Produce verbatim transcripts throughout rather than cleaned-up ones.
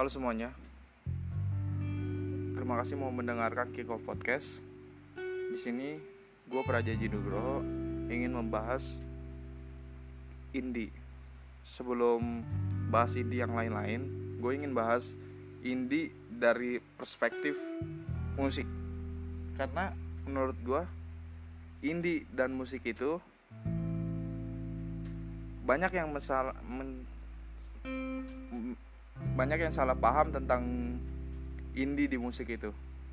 Halo semuanya, terima kasih mau mendengarkan Kick Off Podcast. Di sini gue Prajaji Nugroho ingin membahas indie. Sebelum bahas indie yang lain-lain, gue ingin bahas indie dari perspektif musik. Karena menurut gue indie dan musik itu banyak yang masalah men, banyak yang salah paham tentang indie di musik itu.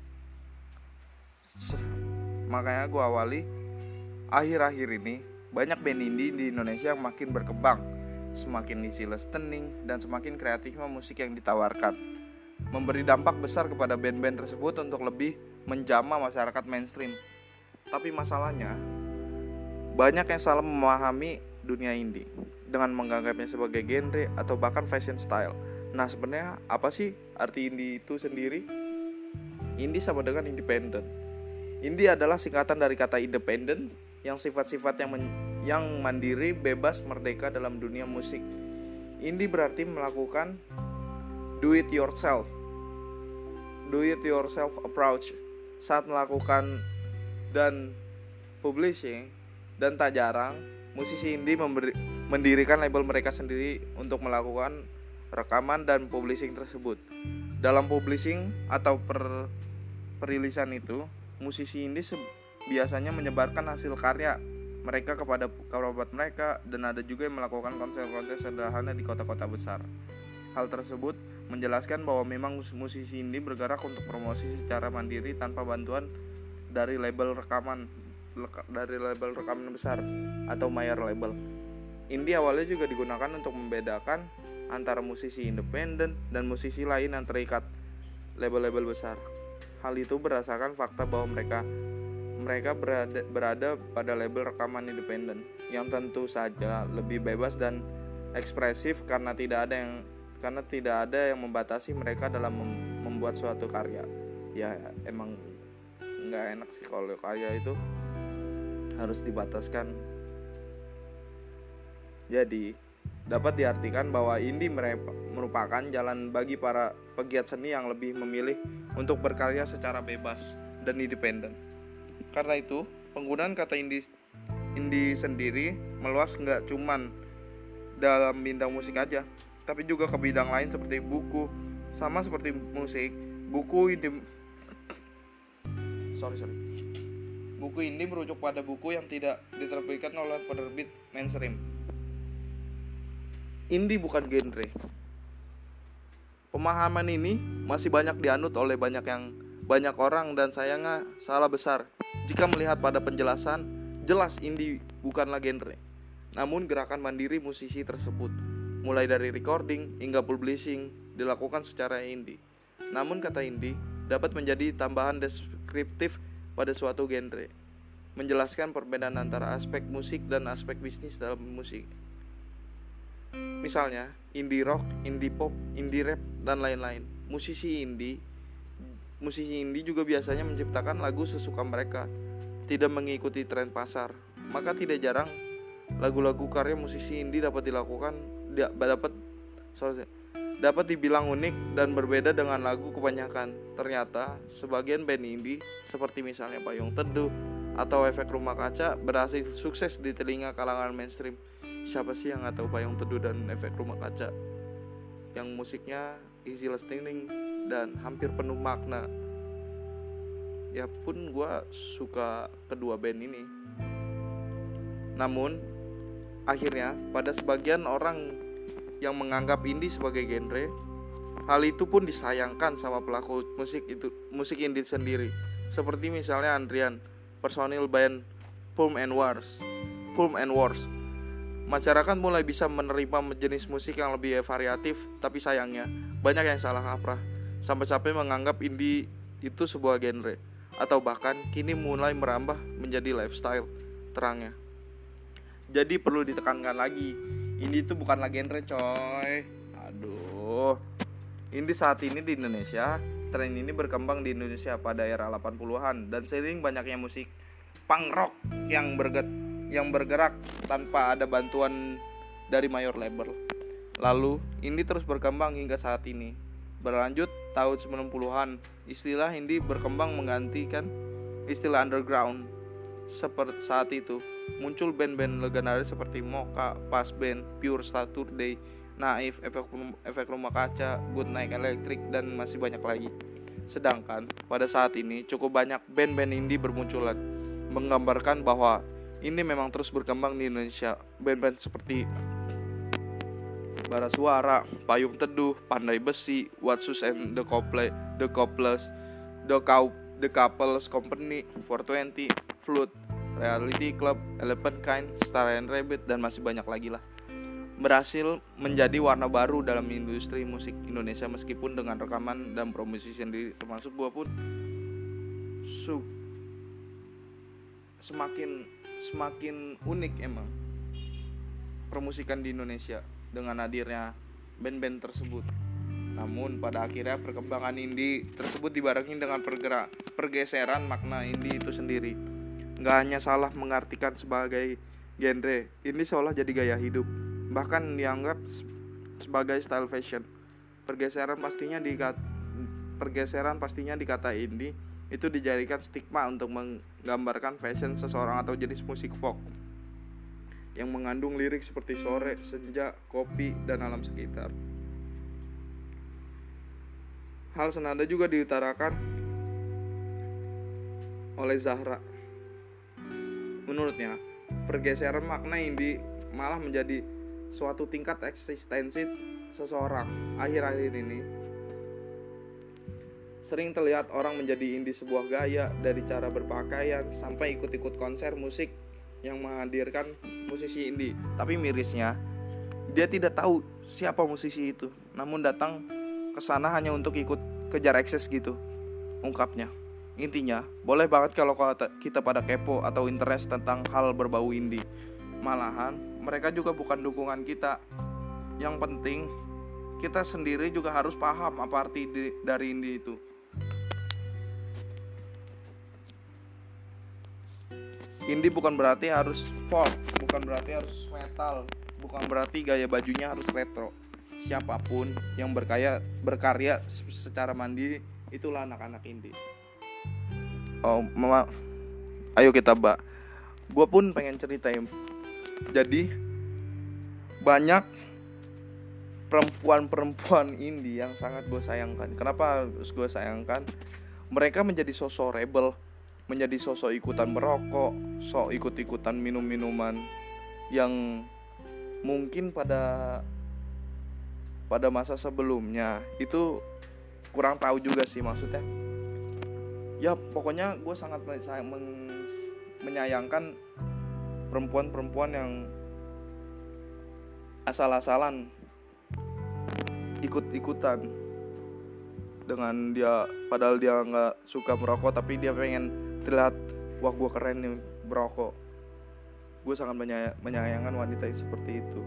Makanya gue awali, akhir-akhir ini banyak band indie di Indonesia yang makin berkembang, semakin easy listening dan semakin kreatifnya musik yang ditawarkan, memberi dampak besar kepada band-band tersebut untuk lebih menjamah masyarakat mainstream. Tapi masalahnya, banyak yang salah memahami dunia indie dengan menganggapnya sebagai genre atau bahkan fashion style. Nah, sebenarnya apa sih arti indie itu sendiri? Indie sama dengan independen. Indie adalah singkatan dari kata independent, yang sifat-sifat yang men- yang mandiri, bebas, merdeka dalam dunia musik. Indie berarti melakukan do it yourself. Do it yourself approach saat melakukan dan publishing, dan tak jarang musisi indie memberi, mendirikan label mereka sendiri untuk melakukan rekaman dan publishing tersebut. Dalam publishing atau per, perilisan itu, musisi indie se- biasanya menyebarkan hasil karya mereka kepada kerabat mereka, dan ada juga yang melakukan konser-konser sederhana di kota-kota besar. Hal tersebut menjelaskan bahwa memang musisi indie bergerak untuk promosi secara mandiri tanpa bantuan dari label rekaman dari label rekaman besar atau mayor label. Indie awalnya juga digunakan untuk membedakan antara musisi independen dan musisi lain yang terikat label-label besar. Hal itu berdasarkan fakta bahwa mereka mereka berada, berada pada label rekaman independen yang tentu saja lebih bebas dan ekspresif karena tidak ada yang karena tidak ada yang membatasi mereka dalam mem- membuat suatu karya. Ya emang nggak enak sih kalau karya itu harus dibataskan. Jadi dapat diartikan bahwa indie merupakan jalan bagi para pegiat seni yang lebih memilih untuk berkarya secara bebas dan independen. Karena itu, penggunaan kata indie, indie sendiri meluas nggak cuman dalam bidang musik aja, tapi juga ke bidang lain seperti buku. Sama seperti musik, buku indie sorry sorry buku indie merujuk pada buku yang tidak diterbitkan oleh penerbit mainstream. Indie bukan genre. Pemahaman ini masih banyak dianut oleh banyak yang banyak orang, dan sayangnya salah besar jika melihat pada penjelasan jelas indie bukanlah genre, namun gerakan mandiri musisi tersebut, mulai dari recording hingga publishing dilakukan secara indie. Namun kata indie dapat menjadi tambahan deskriptif pada suatu genre, menjelaskan perbedaan antara aspek musik dan aspek bisnis dalam musik. Misalnya, indie rock, indie pop, indie rap, dan lain-lain. Musisi indie, musisi indie juga biasanya menciptakan lagu sesuka mereka, tidak mengikuti tren pasar. Maka tidak jarang lagu-lagu karya musisi indie dapat dilakukan dapat sorry, dapat dibilang unik dan berbeda dengan lagu kebanyakan. Ternyata sebagian band indie seperti misalnya Payung Teduh atau Efek Rumah Kaca berhasil sukses di telinga kalangan mainstream. Siapa sih yang gak tahu Payung Teduh dan Efek Rumah Kaca, yang musiknya easy listening dan hampir penuh makna. Ya pun gue suka kedua band ini. Namun akhirnya pada sebagian orang yang menganggap indie sebagai genre, hal itu pun disayangkan sama pelaku musik itu musik indie sendiri. Seperti misalnya Andrian, personil band Pulm and Wars. Pulm and Wars. Masyarakat mulai bisa menerima jenis musik yang lebih variatif, tapi sayangnya banyak yang salah kaprah, sampai-sampai menganggap indie itu sebuah genre, atau bahkan kini mulai merambah menjadi lifestyle terangnya. Jadi perlu ditekankan lagi, indie itu bukanlah genre coy. Aduh. Indie saat ini di Indonesia, tren ini berkembang di Indonesia pada era delapan puluhan, dan seiring banyaknya musik punk rock yang bergerak yang bergerak tanpa ada bantuan dari mayor label. Lalu, indie terus berkembang hingga saat ini. Berlanjut tahun sembilan puluhan, istilah indie berkembang menggantikan istilah underground. Seperti saat itu muncul band-band legendaris seperti Mocha, Pas Band, Pure Saturday, Naif, Efek, Efek Rumah Kaca, Good Night Electric, dan masih banyak lagi. Sedangkan pada saat ini cukup banyak band-band indie bermunculan, menggambarkan bahwa indie memang terus berkembang di Indonesia. Band-band seperti Bara Suara, Payung Teduh, Pandai Besi, Watsus and the Couple, The Couples, The Cow, The Couples Company, four twenty, Flood, Reality Club, Elephant Kind, Star and Rabbit, dan masih banyak lagi lah, berhasil menjadi warna baru dalam industri musik Indonesia, meskipun dengan rekaman dan promosi sendiri. Termasuk gue pun su semakin semakin unik emang permusikan di Indonesia dengan hadirnya band-band tersebut. Namun pada akhirnya perkembangan indie tersebut dibarengi dengan pergerak, pergeseran makna indie itu sendiri. Gak hanya salah mengartikan sebagai genre, indie seolah jadi gaya hidup, bahkan dianggap sebagai style fashion. Pergeseran pastinya dikat, pergeseran pastinya dikata indie itu dijadikan stigma untuk menggambarkan fashion seseorang atau jenis musik folk yang mengandung lirik seperti sore, senja, kopi, dan alam sekitar. Hal senada juga diutarakan oleh Zahra. Menurutnya, pergeseran makna indie malah menjadi suatu tingkat eksistensi seseorang. Akhir-akhir ini sering terlihat orang menjadi indie sebuah gaya, dari cara berpakaian sampai ikut-ikut konser musik yang menghadirkan musisi indie. Tapi mirisnya, dia tidak tahu siapa musisi itu, namun datang ke sana hanya untuk ikut kejar ekses gitu, ungkapnya. Intinya, boleh banget kalau kita pada kepo atau interest tentang hal berbau indie. Malahan, mereka juga bukan dukungan kita. Yang penting, kita sendiri juga harus paham apa arti dari indie itu. Indie bukan berarti harus folk, bukan berarti harus metal, bukan berarti gaya bajunya harus retro. Siapapun yang berkarya berkarya secara mandiri, itulah anak-anak indie. Oh, mama, ayo kita bak. Gue pun pengen ceritain. Jadi banyak perempuan-perempuan indie yang sangat gue sayangkan. Kenapa harus gue sayangkan? Mereka menjadi sosok rebel, menjadi sosok ikutan merokok, sok ikut-ikutan minum minuman yang mungkin pada pada masa sebelumnya itu kurang tahu juga sih maksudnya. Ya pokoknya gue sangat menyayangkan perempuan-perempuan yang asal-asalan ikut-ikutan dengan dia, padahal dia nggak suka merokok tapi dia pengen terlihat, wah gue keren nih merokok. Gue sangat menyay- menyayangkan wanita yang seperti itu.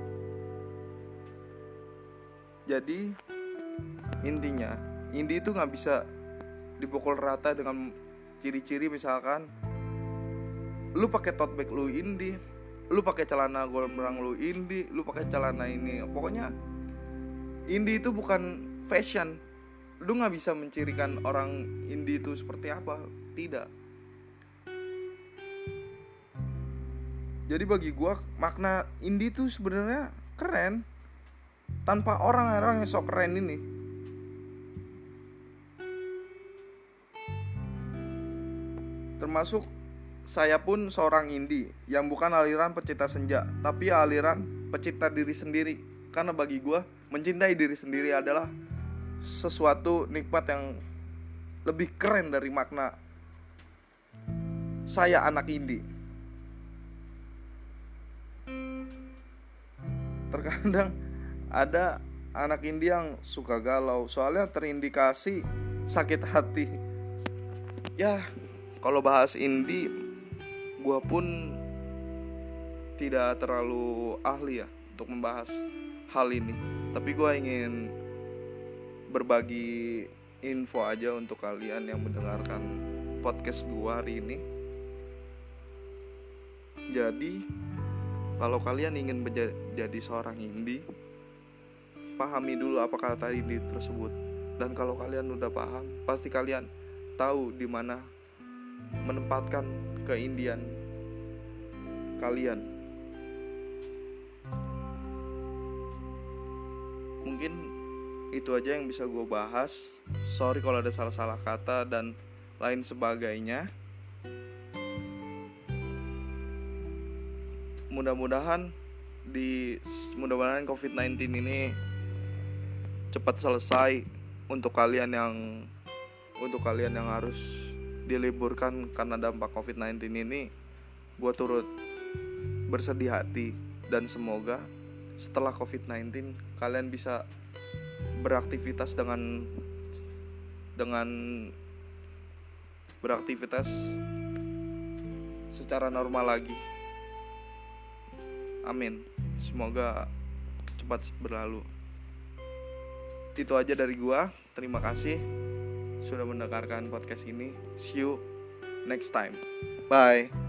Jadi intinya indie itu nggak bisa dipukul rata dengan ciri-ciri misalkan lu pakai tote bag lu indie, lu pakai celana gombrang lu indie, lu pakai celana ini. Pokoknya indie itu bukan fashion. Lu nggak bisa mencirikan orang indie itu seperti apa, tidak. Jadi bagi gue makna indie itu sebenarnya keren tanpa orang-orang yang sok keren ini. Termasuk saya pun seorang indie yang bukan aliran pecinta senja, tapi aliran pecinta diri sendiri. Karena bagi gue mencintai diri sendiri adalah sesuatu nikmat yang lebih keren dari makna saya anak indie. Terkadang ada anak indie yang suka galau, soalnya terindikasi sakit hati. Ya, kalau bahas indie, gue pun tidak terlalu ahli ya untuk membahas hal ini. Tapi gue ingin berbagi info aja untuk kalian yang mendengarkan podcast gue hari ini. Jadi kalau kalian ingin menjadi seorang indie, pahami dulu apa kata indie tersebut. Dan kalau kalian udah paham, pasti kalian tahu di mana menempatkan keindian kalian. Mungkin itu aja yang bisa gue bahas. Sorry kalau ada salah-salah kata dan lain sebagainya. Mudah-mudahan di mudah-mudahan covid sembilan belas ini cepat selesai untuk kalian yang untuk kalian yang harus diliburkan karena dampak covid sembilan belas ini. Gue turut bersedih hati dan semoga setelah covid sembilan belas kalian bisa beraktivitas dengan dengan beraktivitas secara normal lagi. Amin. Semoga cepat berlalu. Itu aja dari gua. Terima kasih sudah mendengarkan podcast ini. See you next time. Bye.